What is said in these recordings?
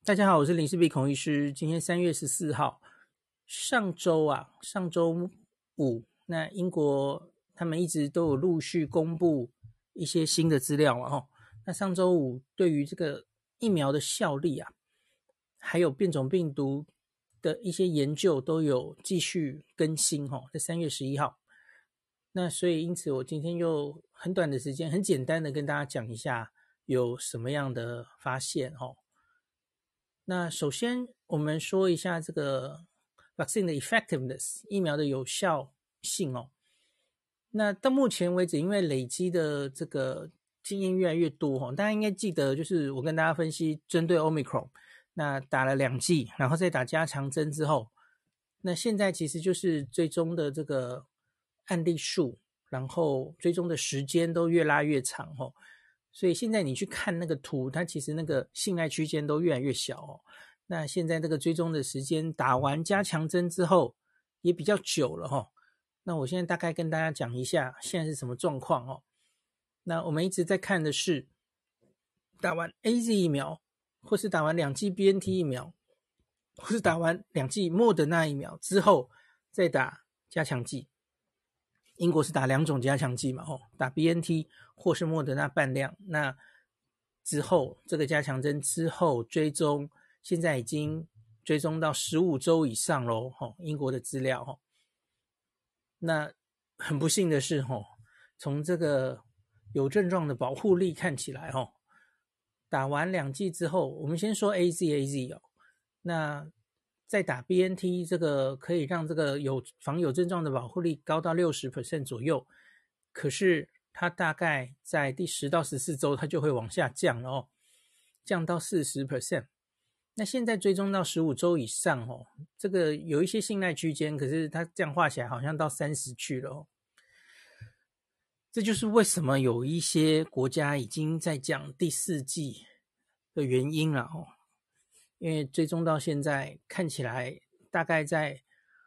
大家好，我是林氏璧孔医师。今天3月14号，上周五，那英国他们一直都有陆续公布一些新的资料嘛，那上周五对于这个疫苗的效力还有变种病毒的一些研究都有继续更新在3月11号。那所以因此我今天又很短的时间，很简单的跟大家讲一下有什么样的发现那首先我们说一下这个 vaccine 的 effectiveness 疫苗的有效性那到目前为止，因为累积的这个经验越来越多大家应该记得，就是我跟大家分析针对 Omicron， 那打了2剂，然后再打加强针之后，那现在其实就是追踪的这个案例数，然后追踪的时间都越拉越长所以现在你去看那个图，它其实那个信赖区间都越来越小那现在这个追踪的时间打完加强针之后也比较久了那我现在大概跟大家讲一下现在是什么状况那我们一直在看的是打完 AZ 疫苗，或是打完2剂 BNT 疫苗，或是打完2剂莫德纳疫苗之后再打加强剂。英国是打2种加强剂嘛打 BNT 或是莫德纳半量，那之后这个加强针之后追踪，现在已经追踪到15周以上咯英国的资料那很不幸的是从这个有症状的保护力看起来打完2剂之后，我们先说 AZ 那再打 BNT 这个可以让这个防有症状的保护力高到 60% 左右，可是它大概在第10到14周它就会往下降了降到 40%。 那现在追踪到15周以上这个有一些信赖区间，可是它这样画起来好像到30去了这就是为什么有一些国家已经在讲第4剂的原因了因为追踪到现在看起来大概在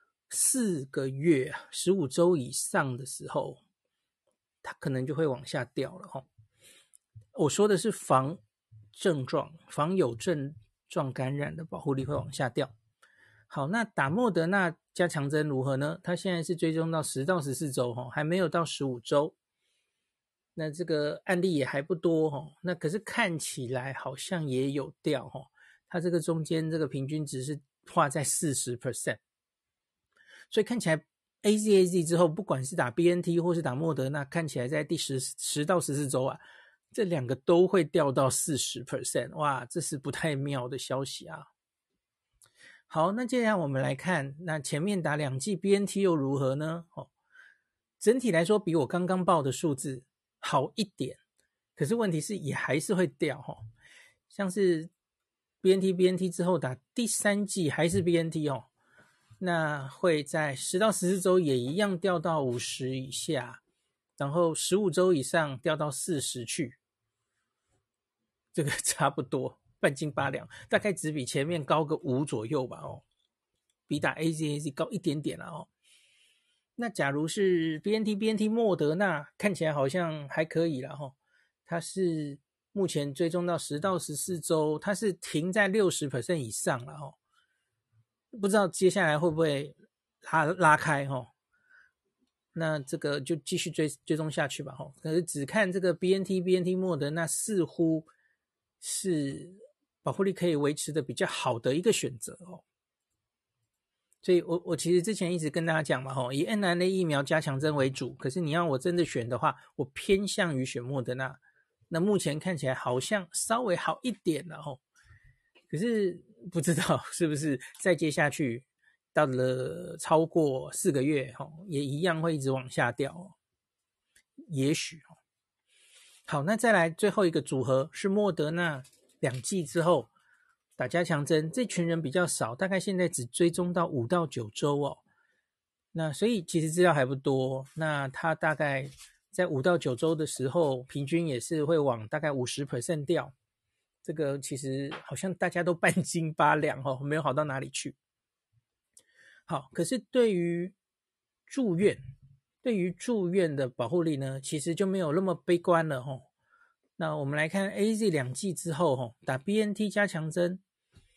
4个月15周以上的时候，它可能就会往下掉了我说的是防有症状感染的保护力会往下掉。好，那打莫德纳加强针如何呢？它现在是追踪到10到14周还没有到15周。那这个案例也还不多那可是看起来好像也有掉它这个中间这个平均值是画在 40%， 所以看起来 AZ 之后，不管是打 BNT 或是打莫德纳，看起来在第10到14周这2个都会掉到 40%， 哇，这是不太妙的消息好，那接下来我们来看，那前面打2剂 BNT 又如何呢整体来说比我刚刚报的数字好一点，可是问题是也还是会掉像是 BNT 之后打第3剂还是 BNT 那会在10到14周也一样掉到50以下，然后15周以上掉到40去，这个差不多半斤八两，大概只比前面高个5左右吧比打 AZ 高一点点那假如是 BNT 莫德纳看起来好像还可以啦它是目前追踪到10到14周，它是停在 60% 以上了不知道接下来会不会拉开那这个就继续追踪下去吧可是只看这个 BNT 莫德纳似乎是保护力可以维持的比较好的一个选择所以我其实之前一直跟大家讲嘛以 mRNA 疫苗加强针为主，可是你要我真的选的话，我偏向于选莫德纳。那目前看起来好像稍微好一点了可是不知道是不是再接下去到了超过4个月也一样会一直往下掉也许好，那再来最后一个组合是莫德纳2剂之后打加强针，这群人比较少，大概现在只追踪到5到9周那所以其实资料还不多，那它大概在5到9周的时候，平均也是会往大概 50% 掉。这个其实好像大家都半斤八两没有好到哪里去。好，可是对于住院的保护力呢，其实就没有那么悲观了那我们来看 AZ 2剂之后打 BNT 加强针，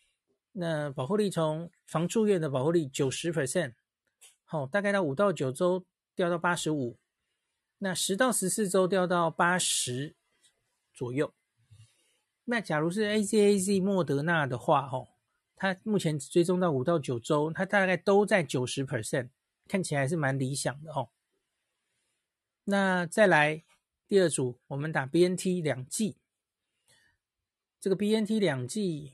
那保护力从防住院的保护力 90%， 大概到5到9周掉到85%，那10到14周掉到80左右。那假如是 AZ 莫德纳的话，它目前只追踪到5到9周，它大概都在 90%， 看起来是蛮理想的。那再来第二组，我们打 BNT 2剂，这个 BNT 2剂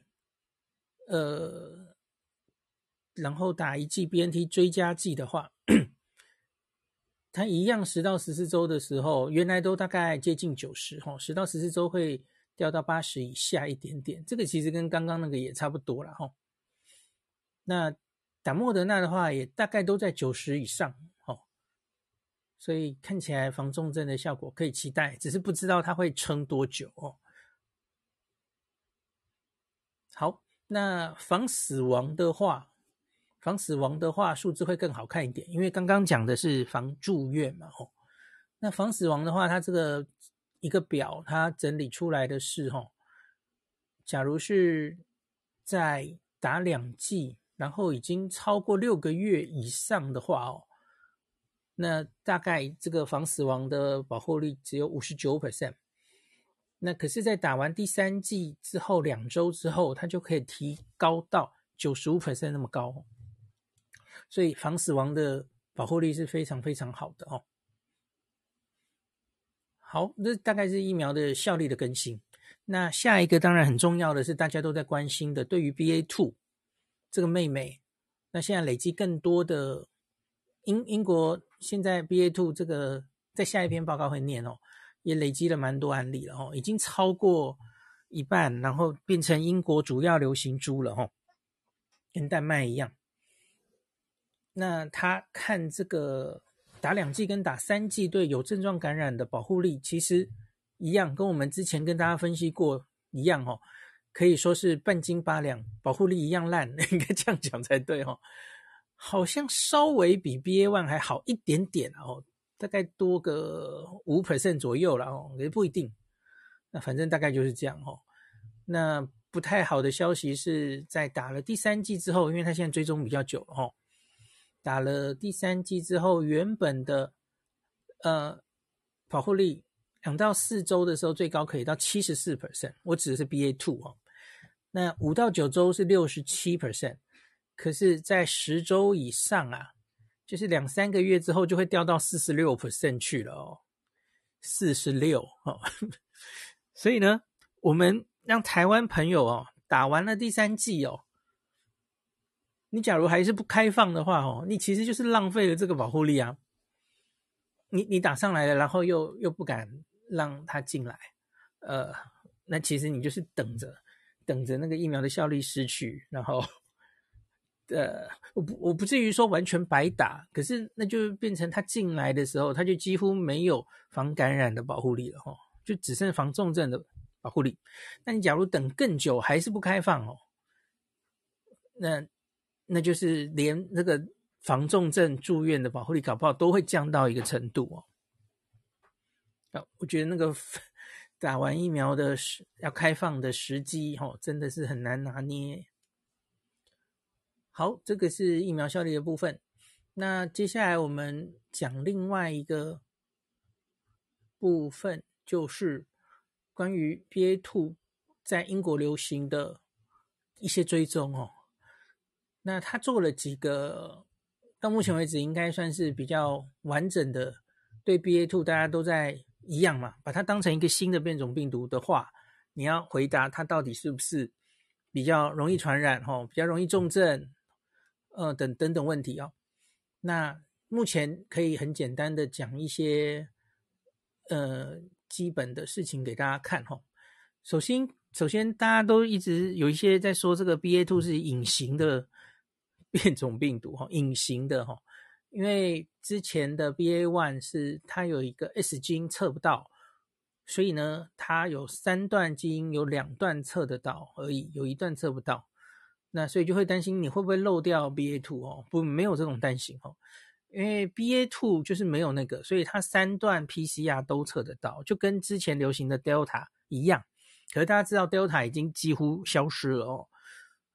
然后打1剂 BNT 追加剂的话，它一样10到14周的时候，原来都大概接近90， 10到14周会掉到80以下一点点，这个其实跟刚刚那个也差不多啦。那打莫德纳的话也大概都在90以上，所以看起来防重症的效果可以期待，只是不知道它会撑多久。好，那防死亡的话数字会更好看一点，因为刚刚讲的是防住院嘛。那防死亡的话，它这个一个表它整理出来的是，假如是在打2剂然后已经超过6个月以上的话，那大概这个防死亡的保护力只有 59%， 那可是在打完第3剂之后2周之后，它就可以提高到 95% 那么高，所以防死亡的保护力是非常非常好的。好，这大概是疫苗的效力的更新。那下一个当然很重要的是大家都在关心的，对于 BA.2 这个妹妹，那现在累积更多的英国现在 BA.2 这个在下一篇报告会念，也累积了蛮多案例了，已经超过一半，然后变成英国主要流行株了，跟丹麦一样。那他看这个打2剂跟打3剂对有症状感染的保护力其实一样，跟我们之前跟大家分析过一样，可以说是半斤八两，保护力一样烂，应该这样讲才对。好像稍微比 BA.1 还好一点点，大概多个 5% 左右啦，也不一定。那反正大概就是这样。那不太好的消息是在打了第3剂之后，因为它现在追踪比较久了，打了第3剂之后，原本的保护力2到4周的时候最高可以到 74%， 我指的是 BA.2。那5到9周是 67%， 可是在10周以上啊，就是2-3个月之后就会掉到 46% 去了46%。所以呢，我们让台湾朋友打完了第3剂你假如还是不开放的话，你其实就是浪费了这个保护力啊。你打上来了，然后又不敢让它进来，那其实你就是等着那个疫苗的效力失去，然后我不至于说完全白打，可是那就变成它进来的时候，它就几乎没有防感染的保护力了，就只剩防重症的保护力。那你假如等更久还是不开放那就是连那个防重症住院的保护力搞不好都会降到一个程度我觉得那个打完疫苗的要开放的时机真的是很难拿捏。好，这个是疫苗效力的部分。那接下来我们讲另外一个部分，就是关于 BA.2 在英国流行的一些追踪那他做了几个到目前为止应该算是比较完整的，对 BA.2 大家都在一样嘛，把它当成一个新的变种病毒的话，你要回答它到底是不是比较容易传染比较容易重症等等问题那目前可以很简单的讲一些基本的事情给大家看首先大家都一直有一些在说这个 BA.2 是隐形的变种病毒隐形的因为之前的 BA.1 是它有一个 S 基因测不到，所以呢它有3段基因有2段测得到而已，有1段测不到，那所以就会担心你会不会漏掉 BA.2 不，没有这种担心因为 BA.2 就是没有那个，所以它3段 PCR 都测得到，就跟之前流行的 Delta 一样。可是大家知道 Delta 已经几乎消失了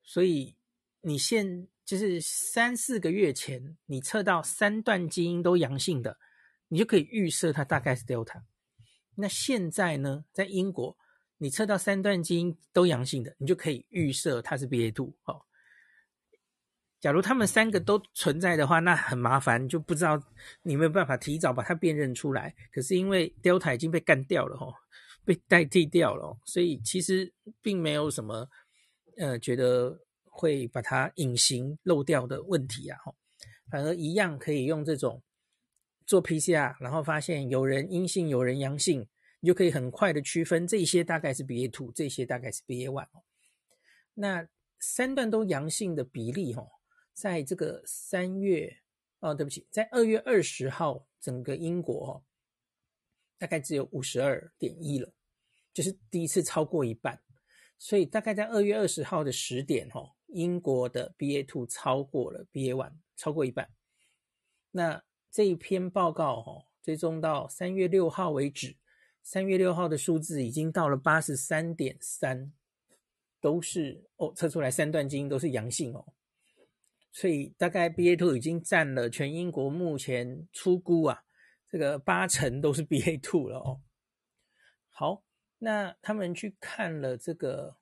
所以你就是3-4个月前，你测到3段基因都阳性的，你就可以预设它大概是 Delta。那现在呢，在英国，你测到3段基因都阳性的，你就可以预设它是 BA.2 哦。假如他们3个都存在的话，那很麻烦，就不知道你没有办法提早把它辨认出来。可是因为 Delta 已经被干掉了哦，被代替掉了哦，所以其实并没有什么觉得会把它隐形漏掉的问题啊，反而一样可以用这种做 PCR， 然后发现有人阴性有人阳性，你就可以很快的区分这些大概是 BA.2， 这些大概是 BA.1 哦。那3段都阳性的比例在这个在2月20号整个英国大概只有 52.1 了，就是第一次超过一半。所以大概在2月20号的10点英国的 BA.2 超过了 BA.1， 超过一半。那这一篇报告追踪到3月6号为止，3月6号的数字已经到了 83.3， 都是测出来3段基因都是阳性所以大概 BA.2 已经占了全英国目前初估这个80%都是 BA.2 了好，那他们去看了这个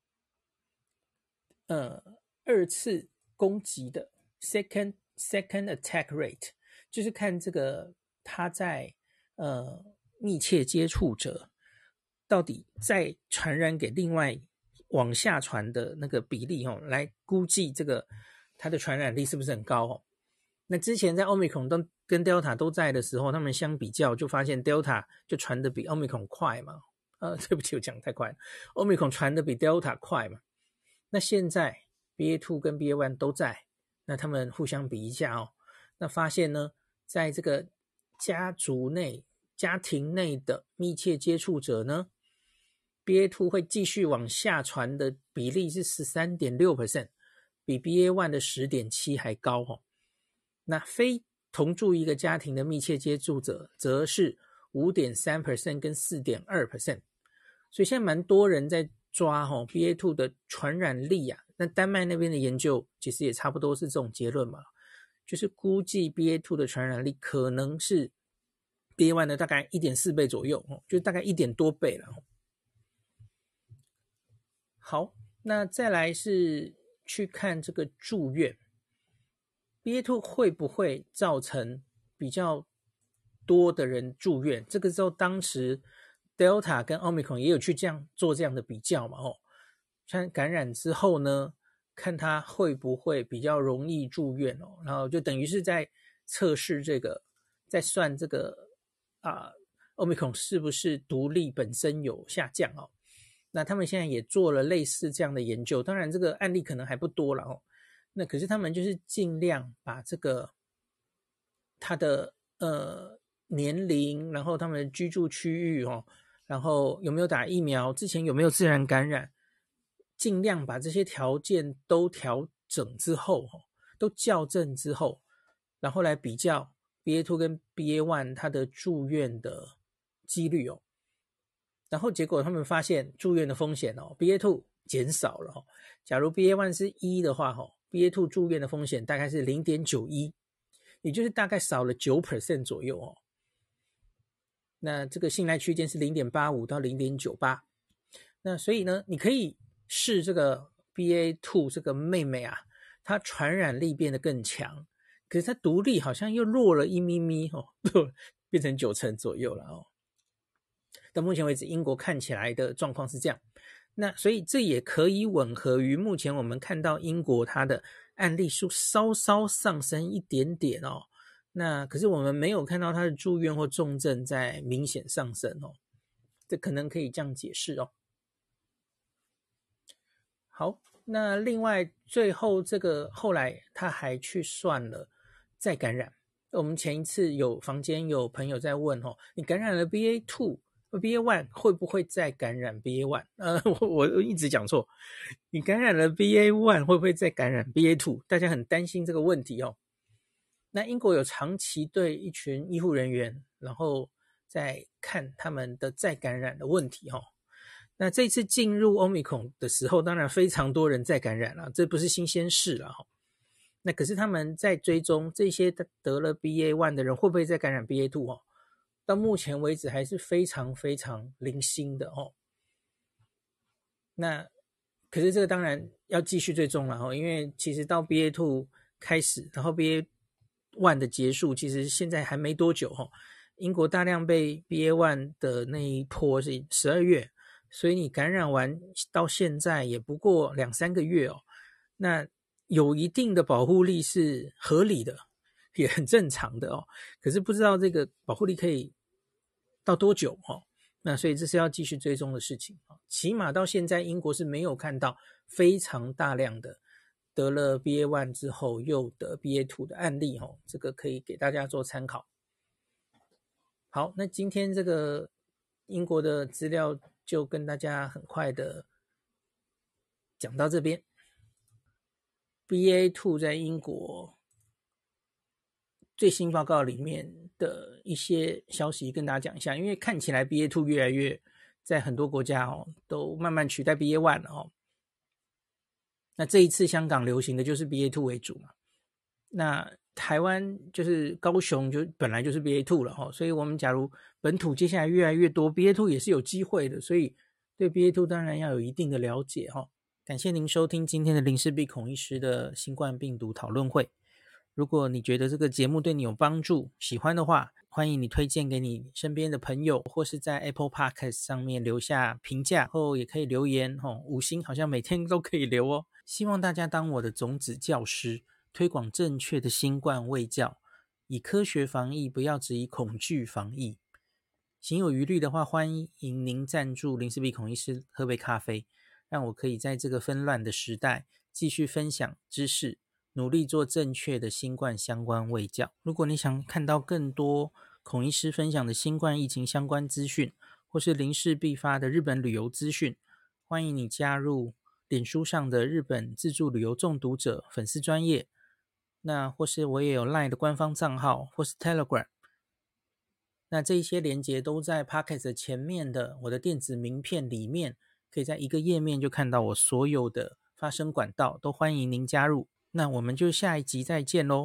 二次攻击的 second attack rate， 就是看这个他在密切接触者到底再传染给另外往下传的那个比例来估计这个它的传染力是不是很高那之前在 Omicron 都跟 Delta 都在的时候，他们相比较就发现 Delta 就传得比 Omicron 快嘛。对不起，我讲太快了。Omicron 传得比 Delta 快嘛。那现在 BA.2 跟 BA.1 都在，那他们互相比一下那发现呢，在这个家庭内的密切接触者呢， BA.2 会继续往下传的比例是 13.6%， 比 BA.1 的 10.7 还高那非同住一个家庭的密切接触者则是 5.3% 跟 4.2%， 所以现在蛮多人在抓BA.2 的传染力那丹麦那边的研究其实也差不多是这种结论嘛，就是估计 BA.2 的传染力可能是 BA.1 的大概 1.4 倍左右就大概1点多倍了好，那再来是去看这个住院BA.2 会不会造成比较多的人住院，这个时候当时 Delta 跟 Omicron 也有去做这样的比较嘛像感染之后呢，看他会不会比较容易住院然后就等于是在测试这个，在算这个Omicron 是不是毒力本身有下降那他们现在也做了类似这样的研究，当然这个案例可能还不多了那可是他们就是尽量把这个他的年龄，然后他们的居住区域然后有没有打疫苗，之前有没有自然感染，尽量把这些条件都调整之后都校正之后，然后来比较 BA.2 跟 BA.1 它的住院的几率然后结果他们发现住院的风险BA.2 减少了假如 BA.1 是1的话BA.2 住院的风险大概是 0.91， 也就是大概少了 9% 左右那这个信赖区间是 0.85 到 0.98， 那所以呢，你可以试这个 BA.2 这个妹妹它传染力变得更强，可是它毒力好像又弱了一咪咪变成9成左右了到目前为止英国看起来的状况是这样，那所以这也可以吻合于目前我们看到英国它的案例数稍稍上升一点点那可是我们没有看到它的住院或重症在明显上升这可能可以这样解释好，那另外最后这个后来他还去算了再感染，我们前一次房间有朋友在问你感染了 BA.2 BA.1 会不会再感染 BA.1 我一直讲错，你感染了 BA.1 会不会再感染 BA.2， 大家很担心这个问题那英国有长期对一群医护人员然后再看他们的再感染的问题那这次进入 Omicron 的时候，当然非常多人在感染了，这不是新鲜事了哈。那可是他们在追踪这些得了 BA.1 的人会不会再感染 BA.2 哦？到目前为止还是非常非常零星的哦。那可是这个当然要继续追踪了哦，因为其实到 BA.2 开始，然后 BA.1 的结束，其实现在还没多久哦。英国大量被 BA.1 的那一波是12月，所以你感染完到现在也不过2-3个月哦。那有一定的保护力是合理的，也很正常的哦。可是不知道这个保护力可以到多久哦。那所以这是要继续追踪的事情。起码到现在英国是没有看到非常大量的得了 BA.1 之后又得 BA.2 的案例哦，这个可以给大家做参考。好，那今天这个英国的资料就跟大家很快的讲到这边。BA.2 在英国最新报告里面的一些消息跟大家讲一下，因为看起来 BA.2 越来越在很多国家都慢慢取代 BA.1 了哦。那这一次香港流行的就是 BA.2 为主嘛，那台湾就是高雄就本来就是 BA.2 了哦，所以我们假如本土接下来越来越多 BA.2 也是有机会的，所以对 BA.2 当然要有一定的了解哦。感谢您收听今天的林氏璧孔医师的新冠病毒讨论会。如果你觉得这个节目对你有帮助，喜欢的话，欢迎你推荐给你身边的朋友，或是在 Apple Podcast 上面留下评价，后也可以留言5星好像每天都可以留哦。希望大家当我的种子教师，推广正确的新冠卫教，以科学防疫，不要只以恐惧防疫。行有余力的话，欢迎您赞助林氏璧孔医师喝杯咖啡，让我可以在这个纷乱的时代继续分享知识，努力做正确的新冠相关卫教。如果你想看到更多孔医师分享的新冠疫情相关资讯，或是林氏必发的日本旅游资讯，欢迎你加入脸书上的日本自助旅游中毒者粉丝专页，那或是我也有 LINE 的官方账号，或是 Telegram。那这一些连结都在 Podcast 前面的我的电子名片里面，可以在一个页面就看到我所有的发声管道，都欢迎您加入。那我们就下一集再见咯。